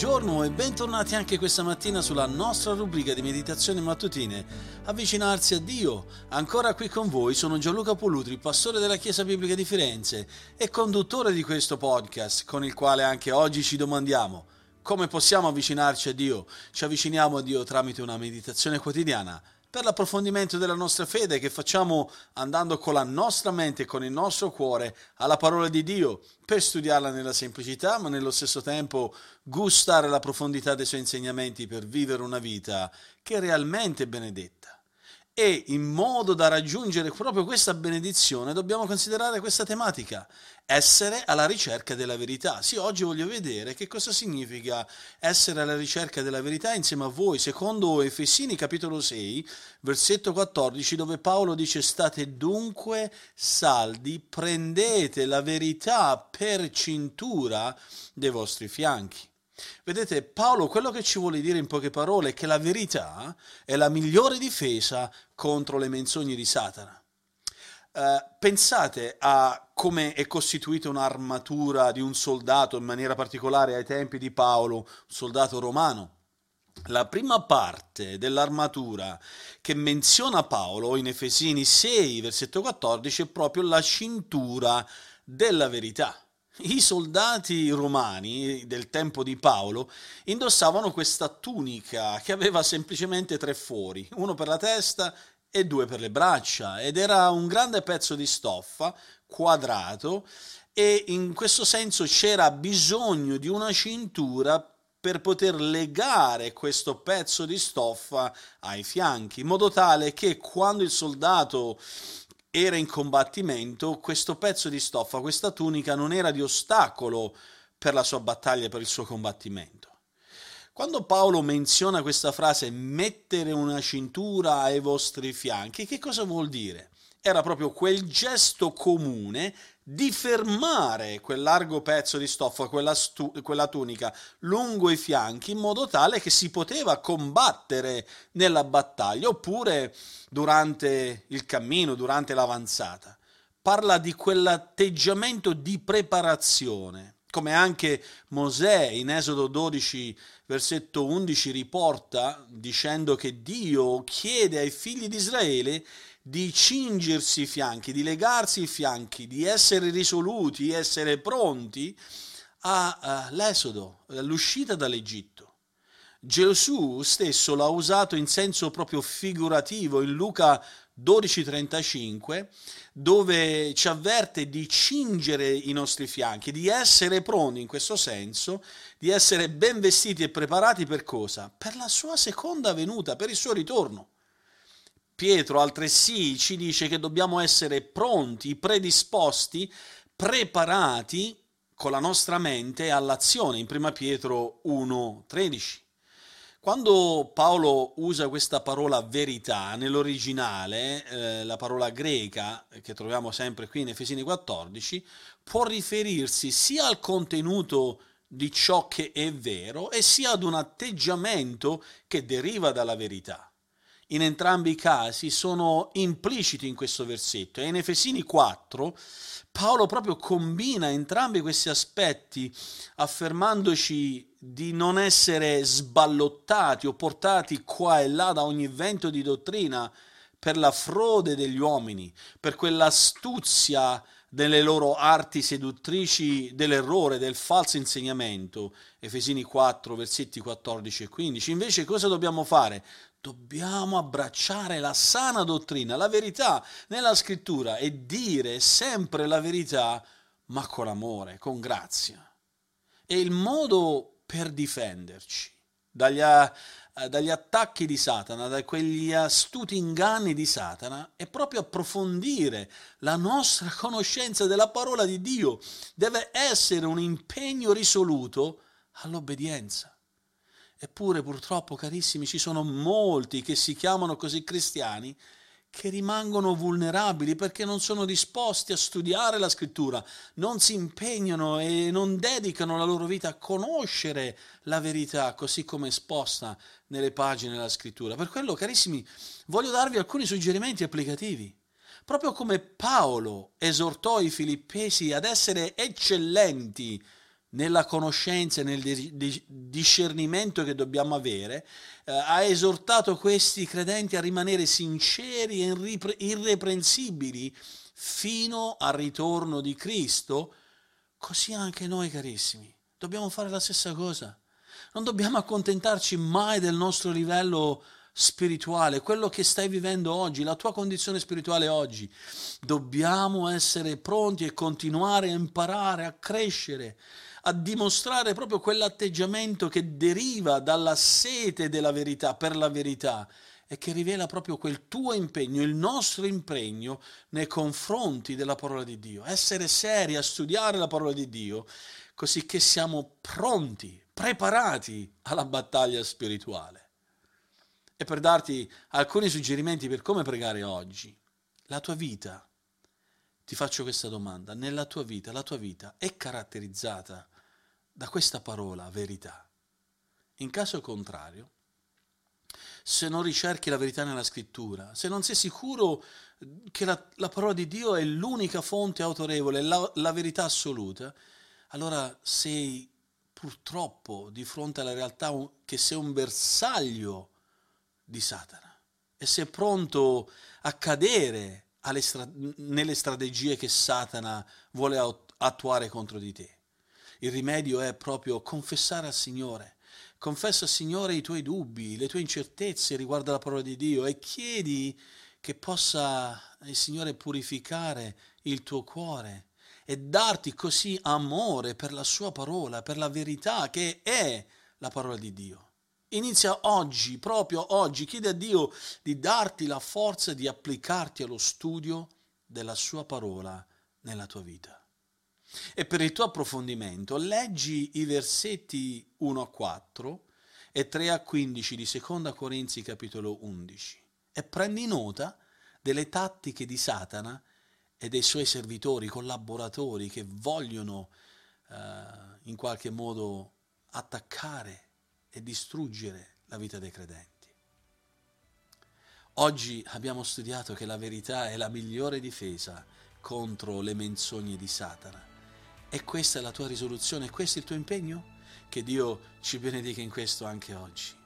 Buongiorno e bentornati anche questa mattina sulla nostra rubrica di meditazioni mattutine, Avvicinarsi a Dio. Ancora qui con voi sono Gianluca Pollutri, pastore della Chiesa Biblica di Firenze e conduttore di questo podcast, con il quale anche oggi ci domandiamo: come possiamo avvicinarci a Dio? Ci avviciniamo a Dio tramite una meditazione quotidiana per l'approfondimento della nostra fede che facciamo andando con la nostra mente e con il nostro cuore alla parola di Dio, per studiarla nella semplicità, ma nello stesso tempo gustare la profondità dei suoi insegnamenti per vivere una vita che è realmente benedetta. E in modo da raggiungere proprio questa benedizione dobbiamo considerare questa tematica: essere alla ricerca della verità. Sì, oggi voglio vedere che cosa significa essere alla ricerca della verità insieme a voi, secondo Efesini capitolo 6, versetto 14, dove Paolo dice: state dunque saldi, prendete la verità per cintura dei vostri fianchi. Vedete, Paolo quello che ci vuole dire in poche parole è che la verità è la migliore difesa contro le menzogne di Satana. Pensate a come è costituita un'armatura di un soldato, in maniera particolare ai tempi di Paolo, un soldato romano. La prima parte dell'armatura che menziona Paolo in Efesini 6, versetto 14, è proprio la cintura della verità. I soldati romani del tempo di Paolo indossavano questa tunica che aveva semplicemente 3 fori, uno per la testa e 2 per le braccia, ed era un grande pezzo di stoffa quadrato, e in questo senso c'era bisogno di una cintura per poter legare questo pezzo di stoffa ai fianchi, in modo tale che quando il soldato era in combattimento, questo pezzo di stoffa, questa tunica, non era di ostacolo per la sua battaglia, per il suo combattimento. Quando Paolo menziona questa frase, mettere una cintura ai vostri fianchi, che cosa vuol dire? Era proprio quel gesto comune di fermare quel largo pezzo di stoffa, quella tunica, lungo i fianchi, in modo tale che si poteva combattere nella battaglia oppure durante il cammino, durante l'avanzata. Parla di quell'atteggiamento di preparazione, come anche Mosè in Esodo 12, versetto 11 riporta, dicendo che Dio chiede ai figli di Israele di cingersi i fianchi, di legarsi i fianchi, di essere risoluti, essere pronti all'esodo, all'uscita dall'Egitto. Gesù stesso l'ha usato in senso proprio figurativo in Luca 12,35, dove ci avverte di cingere i nostri fianchi, di essere pronti in questo senso, di essere ben vestiti e preparati per cosa? Per la sua seconda venuta, per il suo ritorno. Pietro altresì ci dice che dobbiamo essere pronti, predisposti, preparati con la nostra mente all'azione, in 1 Pietro 1,13. Quando Paolo usa questa parola verità, nell'originale, la parola greca, che troviamo sempre qui in Efesini 14, può riferirsi sia al contenuto di ciò che è vero e sia ad un atteggiamento che deriva dalla verità. In entrambi i casi sono impliciti in questo versetto, e in Efesini 4 Paolo proprio combina entrambi questi aspetti, affermandoci di non essere sballottati o portati qua e là da ogni vento di dottrina per la frode degli uomini, per quell'astuzia delle loro arti seduttrici dell'errore, del falso insegnamento. Efesini 4, versetti 14 e 15. Invece cosa dobbiamo fare? Dobbiamo abbracciare la sana dottrina, la verità nella scrittura, e dire sempre la verità, ma con amore, con grazia. E il modo per difenderci dagli attacchi di Satana, da quegli astuti inganni di Satana, è proprio approfondire la nostra conoscenza della parola di Dio. Deve essere un impegno risoluto all'obbedienza. Eppure purtroppo, carissimi, ci sono molti che si chiamano così cristiani che rimangono vulnerabili perché non sono disposti a studiare la scrittura, non si impegnano e non dedicano la loro vita a conoscere la verità così come esposta nelle pagine della scrittura. Per quello, carissimi, voglio darvi alcuni suggerimenti applicativi. Proprio come Paolo esortò i filippesi ad essere eccellenti nella conoscenza e nel discernimento che dobbiamo avere, ha esortato questi credenti a rimanere sinceri e irreprensibili fino al ritorno di Cristo. Così anche noi, carissimi, dobbiamo fare la stessa cosa. Non dobbiamo accontentarci mai del nostro livello spirituale, quello che stai vivendo oggi, la tua condizione spirituale oggi. Dobbiamo essere pronti e continuare a imparare, a crescere, a dimostrare proprio quell'atteggiamento che deriva dalla sete della verità, per la verità, e che rivela proprio quel tuo impegno, il nostro impegno nei confronti della parola di Dio. Essere seri a studiare la parola di Dio, così che siamo pronti, preparati alla battaglia spirituale. E per darti alcuni suggerimenti per come pregare oggi, la tua vita, ti faccio questa domanda, nella tua vita, la tua vita è caratterizzata da questa parola verità? In caso contrario, se non ricerchi la verità nella scrittura, se non sei sicuro che la parola di Dio è l'unica fonte autorevole, la verità assoluta, allora sei purtroppo di fronte alla realtà che sei un bersaglio di Satana e sei pronto a cadere nelle strategie che Satana vuole attuare contro di te. Il rimedio è proprio confessare al Signore. Confessa al Signore i tuoi dubbi, le tue incertezze riguardo alla parola di Dio e chiedi che possa il Signore purificare il tuo cuore e darti così amore per la sua parola, per la verità che è la parola di Dio. Inizia oggi, proprio oggi, chiedi a Dio di darti la forza di applicarti allo studio della sua parola nella tua vita. E per il tuo approfondimento leggi i versetti 1 a 4 e 3 a 15 di 2 Corinzi capitolo 11 e prendi nota delle tattiche di Satana e dei suoi servitori, collaboratori che vogliono in qualche modo attaccare e distruggere la vita dei credenti. Oggi abbiamo studiato che la verità è la migliore difesa contro le menzogne di Satana. E questa è la tua risoluzione, questo è il tuo impegno? Che Dio ci benedica in questo anche oggi.